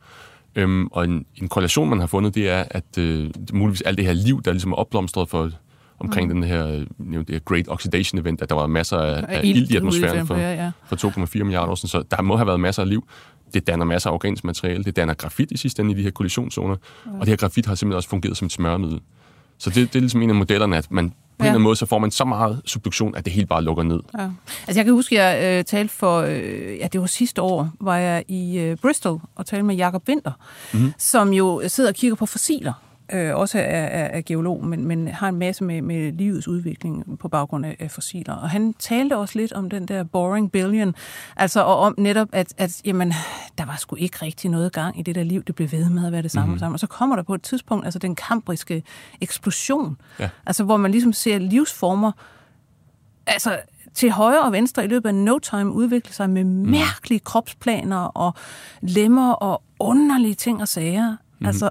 Øhm, og en, en korrelation, man har fundet, det er, at øh, muligvis alt det her liv, der ligesom er opblomstret for omkring mm. den her, det her Great Oxidation Event, at der var masser af, af ild i atmosfæren for, ja, ja. for to komma fire milliarder år siden, så der må have været masser af liv. Det danner masser af organisk materiale, det danner grafit i sidste ende i de her kollisionszoner, mm. og det her grafit har simpelthen også fungeret som et smøremiddel. Så det, det er ligesom en af modellerne, at man på ja. en eller anden måde, så får man så meget subduktion, at det helt bare lukker ned. Ja. Altså jeg kan huske, at jeg øh, talte for, øh, ja det var sidste år, var jeg i øh, Bristol og talte med Jakob Winter, mm-hmm. som jo sidder og kigger på fossiler. Øh, også er, er, er geolog, men, men har en masse med, med livets udvikling på baggrund af, af fossiler. Og han talte også lidt om den der boring billion, altså og om netop, at, at jamen, der var sgu ikke rigtig noget gang i det der liv, det blev ved med at være det samme mm-hmm. og samme. Og så kommer der på et tidspunkt, altså den kambriske eksplosion, ja. altså hvor man ligesom ser livsformer, altså til højre og venstre i løbet af no time udvikle sig med mærkelige mm. kropsplaner og lemmer og underlige ting og sager. Mm-hmm. Altså,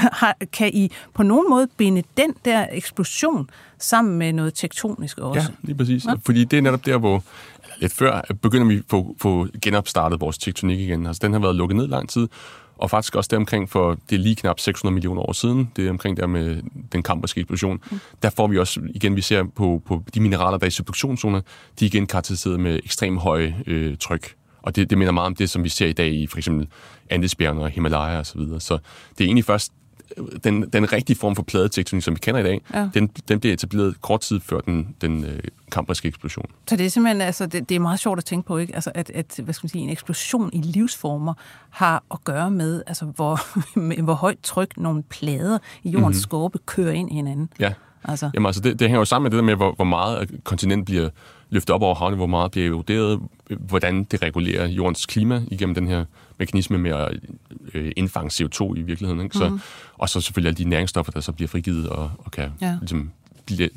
kan I på nogen måde binde den der eksplosion sammen med noget tektonisk også? Ja, lige præcis. Ja. Fordi det er netop der, hvor lidt før begynder vi at få, få genopstartet vores tektonik igen. Altså, den har været lukket ned lang tid, og faktisk også deromkring for, det er lige knap seks hundrede millioner år siden, det er omkring der med den kambriske eksplosion. Mm. Der får vi også, igen, vi ser på, på de mineraler, der er i subduktionszoner, de er igen karakteriseret med ekstremt høje øh, tryk. Og det, det minder meget om det, som vi ser i dag i for eksempel Andesbjergene og Himalaya og så videre. Så det er egentlig først den, den rigtige form for pladetektonik, som vi kender i dag, ja. den, den blev etableret kort tid før den, den øh, kambriske eksplosion. Så det er simpelthen, altså, det, det er meget sjovt at tænke på, ikke? Altså, at, at hvad skal man sige, en eksplosion i livsformer har at gøre med, altså, hvor, med, hvor højt tryk nogle plader i jordens mm-hmm. skorpe kører ind i hinanden. Ja. Altså. Jamen, altså det, det hænger jo sammen med det der med, hvor, hvor meget kontinent bliver løftet op over havene, hvor meget bliver eroderet, hvordan det regulerer jordens klima igennem den her mekanisme med at øh, indfange C O to i virkeligheden. Ikke? Så, mm-hmm. Og så selvfølgelig alle de næringsstoffer, der så bliver frigivet og, og kan ja. ligesom, blive,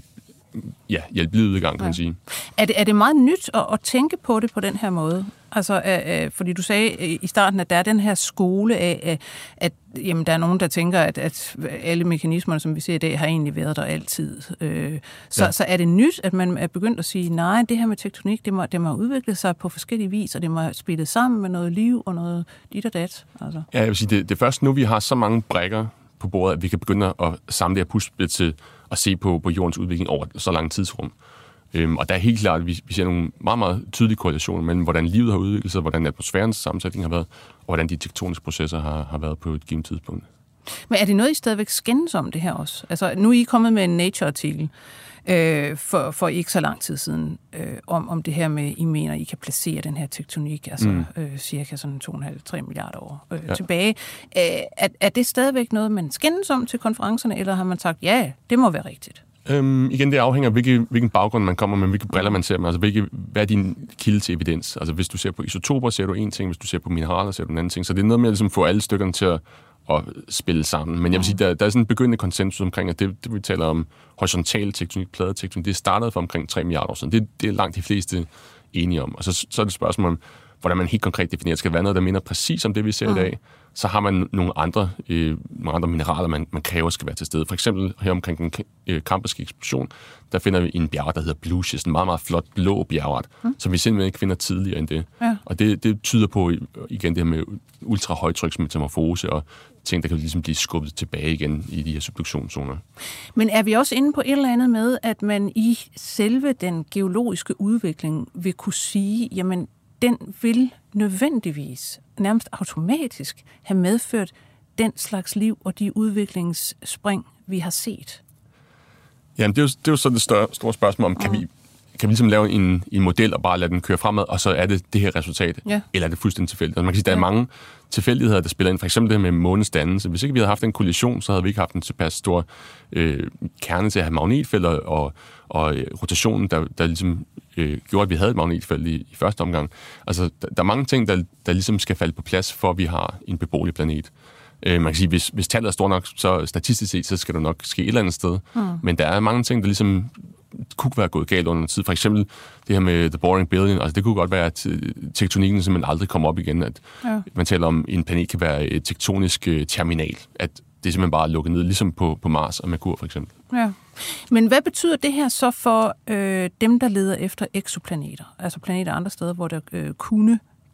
ja, hjælpe livet i gang, kan ja. man sige. Er det, er det meget nyt at, at tænke på det på den her måde? Altså, øh, fordi du sagde i starten, at der er den her skole af, at, at jamen, der er nogen, der tænker, at, at alle mekanismerne, som vi ser i dag, har egentlig været der altid. Øh, så, ja. så er det nyt, at man er begyndt at sige, nej, det her med tektonik, det må, det må udvikle sig på forskellige vis, og det må spille sammen med noget liv og noget dit og dat. Altså. Ja, jeg vil sige, det, det er først nu, vi har så mange brikker på bordet, at vi kan begynde at samle det her puslespil til at se på, på jordens udvikling over så lang tidsrum. Øhm, og der er helt klart, at vi, vi ser nogle meget, meget tydelige korrelationer mellem, hvordan livet har udviklet sig, hvordan atmosfærens sammensætning har været, og hvordan de tektoniske processer har, har været på et givet tidspunkt. Men er det noget, I stadigvæk skændes om det her også? Altså, nu er I kommet med en Nature-artikel øh, for, for ikke så lang tid siden, øh, om, om det her med, I mener, I kan placere den her tektonik, altså mm. øh, cirka sådan to komma fem til tre milliarder år øh, ja. tilbage. Øh, er, er det stadigvæk noget, man skændes om til konferencerne, eller har man sagt, ja, det må være rigtigt? Øhm, igen, det afhænger af, hvilke, hvilken baggrund man kommer med, hvilke briller man ser med. Altså, hvilke, hvad er din kilde til evidens? Altså, hvis du ser på isotoper, ser du en ting. Hvis du ser på mineraler, ser du en anden ting. Så det er noget med at ligesom, få alle stykkerne til at, at spille sammen. Men jeg vil sige, der, der er sådan en begyndende konsensus omkring, at det, det vi taler om horisontal tektonik, pladetektonik, det startede for omkring tre milliarder år siden. Det, det er langt de fleste enige om. Og så, så er det et spørgsmål om, hvordan man helt konkret definerer. Skal det være noget, der minder præcis om det, vi ser mm. i dag? Så har man nogle andre, øh, nogle andre mineraler, man, man kræver skal være til stede. For eksempel her omkring den øh, kambriske eksplosion, der finder vi en bjergart, der hedder blue schist, en meget, meget flot blå bjergart, mm. som vi simpelthen ikke finder tidligere end det. Ja. Og det, det tyder på igen det her med ultrahøjtryksmetamorfose og ting, der kan ligesom blive skubbet tilbage igen i de her subduktionszoner. Men er vi også inde på et eller andet med, at man i selve den geologiske udvikling vil kunne sige, jamen den vil nødvendigvis, nærmest automatisk, have medført den slags liv og de udviklingsspring, vi har set? Jamen, det er jo, det er jo så det større, store spørgsmål om, kan, mm. vi, kan vi ligesom lave en, en model og bare lade den køre fremad, og så er det det her resultat? Ja. Eller er det fuldstændig tilfældigt? Altså, man kan sige, der er ja. mange tilfældigheder, der spiller ind. For eksempel det her med månens dannelse. Hvis ikke vi havde haft en kollision, så havde vi ikke haft en tilpas stor øh, kerne til at have magnetfelter og, og øh, rotationen, der, der ligesom øh, gjorde, at vi havde et magnetfelt i, i første omgang. Altså, der, der er mange ting, der, der ligesom skal falde på plads, for at vi har en beboelig planet. Øh, man kan sige, hvis, hvis tallet er stort nok, så statistisk set, så skal det nok ske et eller andet sted. Mm. Men der er mange ting, der ligesom kunne være gået galt under tid. For eksempel det her med the boring billion, altså det kunne godt være, at tektonikken simpelthen aldrig kommer op igen. At ja. man taler om, at en planet kan være et tektonisk terminal. At det simpelthen bare er lukket ned, ligesom på, på Mars og Merkur for eksempel. Ja. Men hvad betyder det her så for øh, dem, der leder efter eksoplaneter? Altså planeter andre steder, hvor der øh, kunne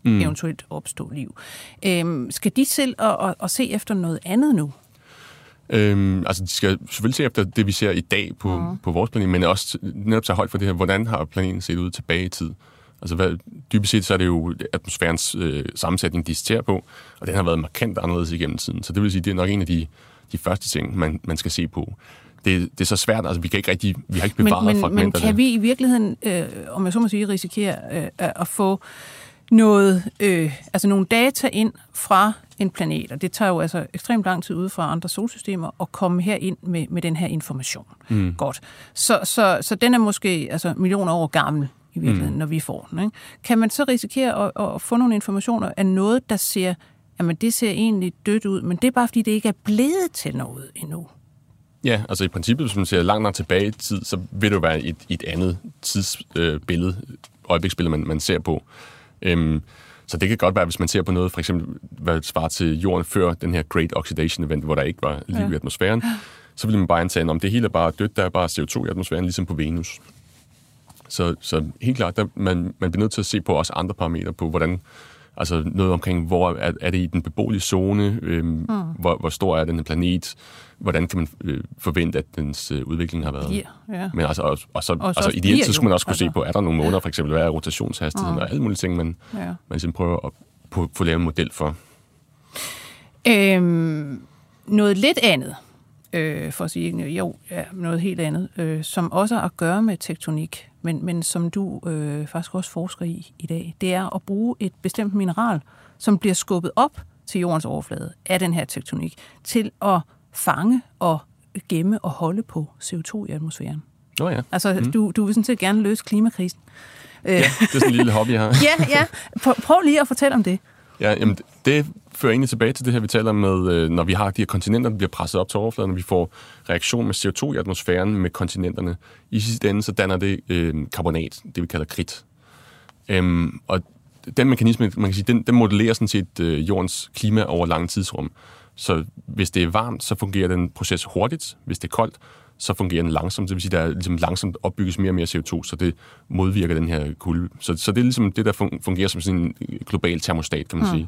mm. eventuelt opstå liv. Øhm, skal de selv at, at, at se efter noget andet nu? Øhm, altså, de skal selvfølgelig se efter det, vi ser i dag på, mm. på vores planet, men også netop tage højt for det her, hvordan har planeten set ud tilbage i tid? Altså, hvad, dybest set, så er det jo atmosfærens øh, sammensætning, de ser på, og den har været markant anderledes igennem tiden. Så det vil sige, det er nok en af de, de første ting, man, man skal se på. Det, det er så svært, altså vi kan ikke rigtig, vi har ikke bevaret men, men, fragmenter. Men kan der. vi i virkeligheden, øh, om jeg så må sige, risikere øh, at få noget, øh, altså nogle data ind fra en planet, og det tager jo altså ekstremt lang tid ude fra andre solsystemer at komme her ind med, med den her information. Mm. Godt. Så, så, så den er måske altså millioner år gammel i virkeligheden, mm. når vi får den. Ikke? Kan man så risikere at, at få nogle informationer af noget, der ser, jamen det ser egentlig dødt ud, men det er bare fordi, det ikke er blevet til noget endnu? Ja, altså i princippet, hvis man ser langt nok tilbage i tid, så vil det jo være et, et andet tidsbillede, øh, øjebliksbillede, man, man ser på. Øhm, så det kan godt være, hvis man ser på noget, for eksempel, hvad det svarer til jorden før den her Great Oxidation Event, hvor der ikke var liv ja. i atmosfæren, så vil man bare antage, om det hele er bare dødt, der er bare C O to i atmosfæren, ligesom på Venus. Så, så helt klart, der, man, man bliver nødt til at se på også andre parametre på, hvordan, altså noget omkring, hvor er, er det i den beboelige zone, øhm, mm. hvor, hvor stor er den her planet, hvordan kan man øh, forvente, at dens øh, udvikling har været. Yeah, yeah. Men altså, og, og så, og så altså ideelt, så skulle man også kunne altså. se på, er der nogle måneder, for eksempel, hvad er rotationshastigheden, mm. og alle mulige ting, man, yeah. man ligesom prøver at på, få lavet en model for. Øhm, noget lidt andet, øh, for at sige, jo, ja, noget helt andet, øh, som også har at gøre med tektonik, men, men som du øh, faktisk også forsker i i dag, det er at bruge et bestemt mineral, som bliver skubbet op til jordens overflade af den her tektonik, til at fange og gemme og holde på C O to i atmosfæren. Oh ja. Altså, mm. du, du vil sådan set gerne løse klimakrisen. Ja, det er sådan en lille hobby, jeg har. ja, ja. Prøv, prøv lige at fortælle om det. Ja, jamen, det fører egentlig tilbage til det her, vi taler med, når vi har de her kontinenter, der bliver presset op til overfladen, og vi får reaktion med C O to i atmosfæren med kontinenterne. I sidste ende, så danner det øh, karbonat, det vi kalder kridt. Øhm, og den mekanisme, man kan sige, den, den modellerer sådan set øh, jordens klima over lange tidsrum. Så hvis det er varmt, så fungerer den proces hurtigt. Hvis det er koldt, så fungerer den langsomt. Det vil sige, at der ligesom langsomt opbygges mere og mere C O to, så det modvirker den her kulde. Så, så det er ligesom det, der fungerer som sådan en global termostat, kan man hmm. sige.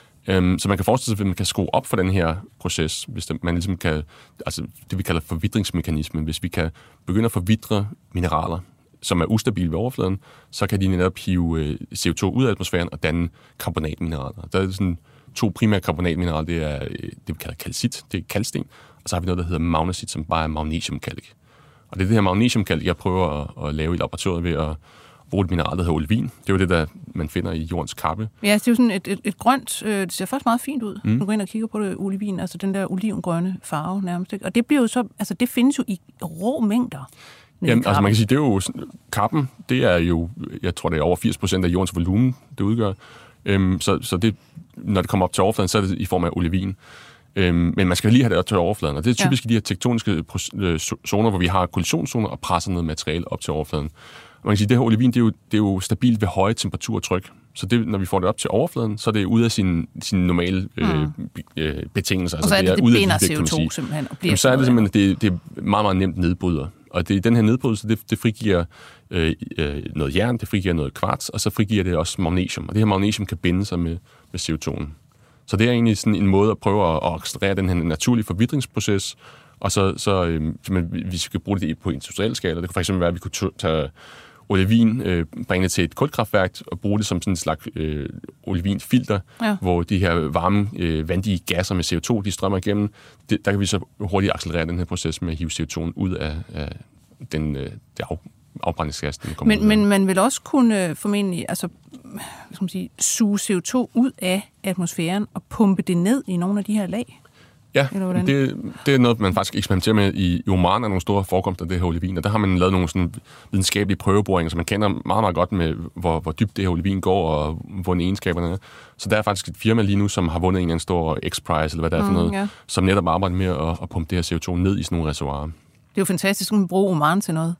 Um, så man kan forestille sig, at man kan skrue op for den her proces, hvis det, man ligesom kan, altså det vi kalder forvidringsmekanismen. Hvis vi kan begynde at forvidre mineraler, som er ustabile ved overfladen, så kan de netop hive C O to ud af atmosfæren og danne karbonatmineraler. Der er sådan to primære karbonatmineraler, det er det, vi kalder kalcit, det er kalksten, og så har vi noget, der hedder magnesit, som bare er magnesiumkalk. Og det er det her magnesiumkalk, jeg prøver at, at lave i laboratoriet ved at bruge et mineral, der hedder olivin. Det er jo det, der man finder i jordens kappe. Ja, det er jo sådan et, et, et grønt, øh, det ser faktisk meget fint ud, mm. når du går ind og kigger på det olivin, altså den der olivengrønne farve nærmest. Ikke? Og det bliver jo så, altså det findes jo i rå mængder. Jamen, altså man kan sige, det er jo, kappen, det er jo, jeg tror det er over firs procent af jordens volumen, det udgør. Øhm, så, så det, når det kommer op til overfladen, så er det i form af olivin. Øhm, men man skal lige have det op til overfladen, og det er typisk ja. i de her tektoniske zoner, hvor vi har kollisionszoner og presser noget materiale op til overfladen. Og man kan sige, at det her olivin, det er jo, det er jo stabilt ved høje temperaturtryk. Så det, når vi får det op til overfladen, så er det ude af sine sin normale øh, øh, betingelser. Og så er det, altså, det, det binder C O to simpelthen. Og bliver Jamen, så er det simpelthen, det, det er meget, meget nemt nedbryder. Og det, den her nedbrydelse, det, det frigiver øh, øh, noget jern, det frigiver noget kvarts, og så frigiver det også magnesium. Og det her magnesium kan binde sig med, med C O to'en. Så det er egentlig sådan en måde at prøve at, at accelerere den her naturlige forvidringsproces, og så, så øh, vi skal bruge det på industriel skala. Det kunne fx være, at vi kunne tage olivin, øh, bringe det til et kulkraftværk og bruge det som sådan en slags øh, olivinfilter, ja. hvor de her varme, øh, vandige gasser med C O to, de strømmer igennem. Det, der kan vi så hurtigt accelerere den her proces med at hive C O to'en ud af, af den, øh, det af, afbrændingsgas, den kommer men, ud af. Men man vil også kunne formentlig altså, hvad skal man sige, suge C O to ud af atmosfæren og pumpe det ned i nogle af de her lag? Ja, det, det er noget, man faktisk eksperimenterer med i Oman, er nogle store forekomster af det her olivin, og der har man lavet nogle sådan videnskabelige prøveboringer, så man kender meget, meget godt med, hvor, hvor dybt det her olivin går, og hvordan egenskaberne er. Så der er faktisk et firma lige nu, som har vundet en eller anden stor X-Prize, eller hvad det er for noget, mm, ja. som netop arbejder med at, at pumpe det her C O to ned i sådan nogle reservoirer. Det er jo fantastisk, at man bruger Oman til noget.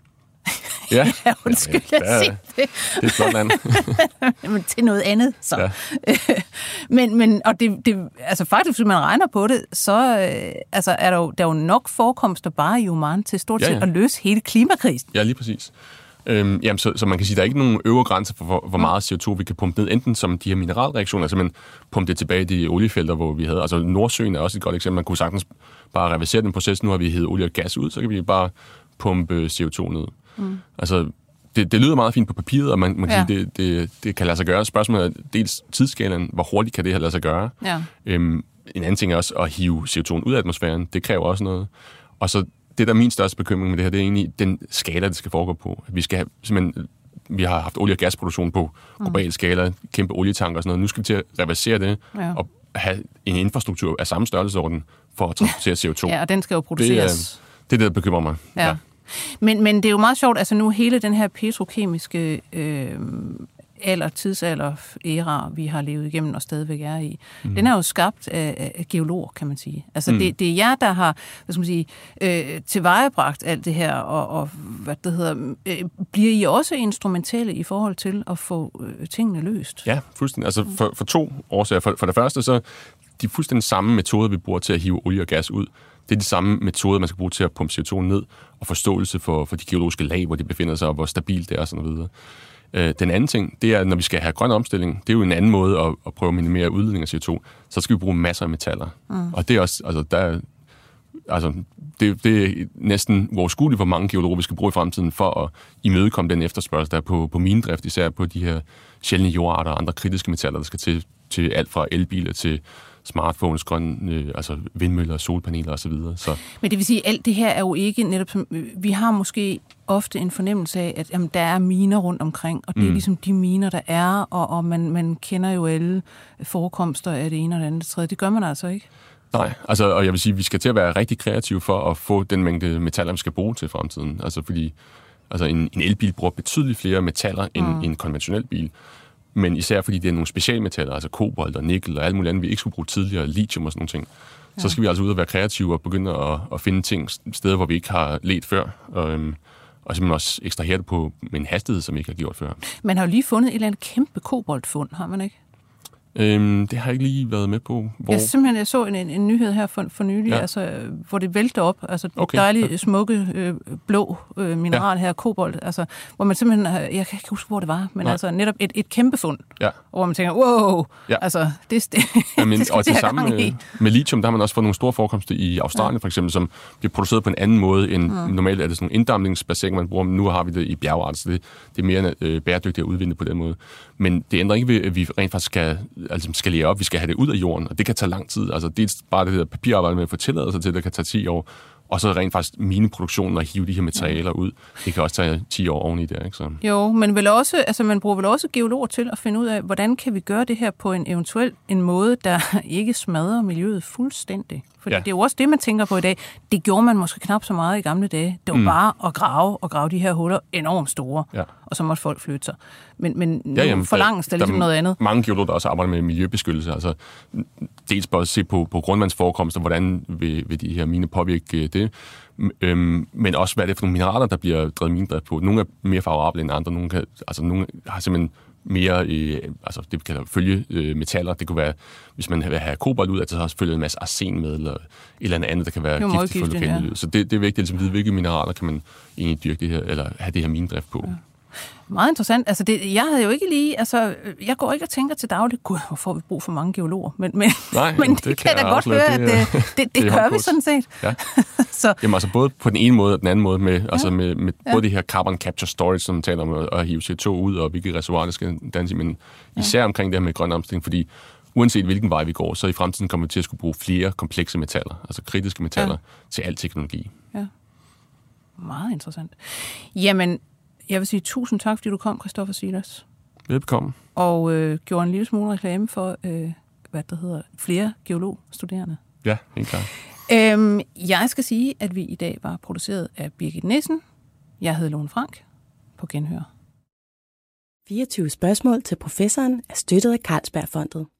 Ja, ja undskyld, ja, jeg siger det. Det er et flot land. Men til noget andet, så. Ja. men, men, og det, det, altså faktisk, hvis man regner på det, så øh, altså, er der, jo, der er jo nok forekomster bare i Oman til stort set ja, ja. at løse hele klimakrisen. Ja, lige præcis. Øhm, jamen, så, så man kan sige, at der er ikke nogen øvre grænse for, hvor, hvor meget C O to vi kan pumpe ned, enten som de her mineralreaktioner, altså man pumpe det tilbage i de oliefelter, hvor vi havde. Altså Nordsøen er også et godt eksempel. Man kunne sagtens bare reversere den proces. Nu har vi hævet olie og gas ud, så kan vi bare pumpe C O to ned. Mm. Altså, det, det lyder meget fint på papiret, og man, man kan ja. sige, det, det, det kan lade sig gøre. Spørgsmålet er dels tidsskalaen, hvor hurtigt kan det her lade sig gøre. Ja. Øhm, en anden ting er også at hive C O to ud af atmosfæren. Det kræver også noget. Og så det, der er min største bekymring med det her, det er egentlig den skala, det skal foregå på. Vi skal have, simpelthen, vi har haft olie- og gasproduktion på global mm. skala, kæmpe olietanker og sådan noget. Nu skal vi til at reversere det ja. og have en infrastruktur af samme størrelsesorden for at transportere C O to. Ja, og den skal jo produceres. Det er det, der bekymrer mig. Ja. Ja. Men, men det er jo meget sjovt, altså nu hele den her petrokemiske øh, alder, tidsalder, æra, vi har levet igennem og stadigvæk er i, mm. den er jo skabt af, af geologer, kan man sige. Altså mm. det, det er jer, der har, hvad skal man sige, øh, tilvejebragt alt det her, og, og hvad det hedder, øh, bliver I også instrumentelle i forhold til at få øh, tingene løst? Ja, fuldstændig. Altså for, for to årsager. For, for det første, så de fuldstændig samme metoder, vi bruger til at hive olie og gas ud, det er de samme metoder, man skal bruge til at pumpe C O to ned, og forståelse for, for de geologiske lag, hvor de befinder sig, og hvor stabilt det er, og sådan videre. Øh, den anden ting, det er, når vi skal have grøn omstilling, det er jo en anden måde at, at prøve at minimere udledning af C O to, så skal vi bruge masser af metaller. Mm. Og det er også, altså, der, altså, det, det er næsten uoverskueligt, hvor mange geologer vi skal bruge i fremtiden, for at imødekomme den efterspørgsel, der er på, på minedrift, især på de her sjældne jordarter og andre kritiske metaller, der skal til, til alt fra elbiler til smartphones, grønne, øh, altså vindmøller, solpaneler osv. Så. Men det vil sige, at alt det her er jo ikke netop som, vi har måske ofte en fornemmelse af, at jamen, der er miner rundt omkring, og det er mm. ligesom de miner, der er, og, og man, man kender jo alle forekomster af det ene og det andet tredje. Det gør man altså ikke. Nej, altså, og jeg vil sige, at vi skal til at være rigtig kreative for at få den mængde metaller, vi skal bruge til fremtiden. Altså fordi altså, en, en elbil bruger betydeligt flere metaller end mm. en konventionel bil. Men især fordi det er nogle specialmetaller, altså kobolt og nikkel og alt muligt andet, vi ikke skulle bruge tidligere, lithium og sådan nogle ting. Ja. Så skal vi altså ud og være kreative og begynde at, at finde ting, steder, hvor vi ikke har ledt før. Og, øhm, og simpelthen også ekstrahere det på med en hastighed, som vi ikke har gjort før. Man har jo lige fundet et eller andet kæmpe koboltfund, har man ikke? Øhm, det har jeg ikke lige været med på. Hvor... Jeg simpelthen jeg så en, en, en nyhed her for, for nylig, ja. altså, hvor det vælter op. Altså okay. dejlige, ja. smukke, øh, blå øh, mineral ja. her, kobolt. Altså, hvor man simpelthen, jeg kan ikke huske, hvor det var, men Nej. altså netop et, et kæmpe fund. Ja. Hvor man tænker, wow, ja. altså, det, det, Jamen, det skal og det det samme med, med lithium, der har man også fået nogle store forekomster i Australien, ja. for eksempel, som bliver produceret på en anden måde end mm. normalt er det sådan nogle inddamningsbassiner, man bruger, men nu har vi det i bjergart, så det, det er mere øh, bæredygtigt at udvinde på den måde. Men det ændrer ikke ved, at vi rent faktisk skal altså, skalere op. Vi skal have det ud af jorden, og det kan tage lang tid. Altså, det er bare det der papirarbejde med at få tilladelser til, det kan tage ti år. Og så rent faktisk mineproduktionen og hive de her materialer ud. Det kan også tage ti år oveni der, ikke? Så. Jo, men vel også, altså man bruger vel også geologer til at finde ud af, hvordan kan vi gøre det her på en eventuel en måde, der ikke smadrer miljøet fuldstændig. For ja. det er jo også det, man tænker på i dag. Det gjorde man måske knap så meget i gamle dage. Det var mm. bare at grave og grave de her huller enormt store, ja. og så måtte folk flytte sig. Men, men nu ja, jamen, forlanges der, der ligesom der noget andet. Mange geologer, der også arbejder med miljøbeskyttelse. Altså, dels bare at se på, på grundvandsforekomster, hvordan vil, vil de her mine påvirke det. Øhm, men også, hvad er det for nogle mineraler, der bliver drevet minedrift på. Nogle er mere favorable end andre. Nogle, kan, altså, nogle har simpelthen mere, øh, altså det vi kalder følge øh, metaller. Det kunne være, hvis man vil have kobolt ud, at der så også følger en masse arsen med, eller et eller andet, der kan være giftigt for lokalmiljøet. Ja. Så det, det er vigtigt at vide, hvilke mineraler kan man egentlig dyrke det her, eller have det her minedrift på. Ja. Meget interessant. Altså det, jeg havde jo ikke lige, altså jeg går ikke og tænker til dagligt, gud, hvor får vi brug for mange geologer, men, men, Nej, men det, det kan jeg da godt høre, at det, det, det, det gør vi sådan set. Ja. Så. Jamen altså både på den ene måde og den anden måde, med, ja. altså med, med ja. både det her carbon capture storage, som man taler om, at, at hive C O to ud, og hvilke reservoirer det skal danse, men især ja. omkring det her med grøn omstilling, fordi uanset hvilken vej vi går, så i fremtiden kommer vi til at skulle bruge flere komplekse metaller, altså kritiske metaller, ja. til al teknologi. Ja. Meget interessant. Jamen, jeg vil sige tusind tak, fordi du kom, Christoffer Silas. Velbekomme. Og øh, gjorde en lille smule reklame for, øh, hvad der hedder, flere geologstuderende. Ja, helt klart. Øhm, jeg skal sige, at vi i dag var produceret af Birgit Nissen. Jeg hedder Lone Frank. På genhør. fireogtyve spørgsmål til professoren er støttet af Carlsbergfondet.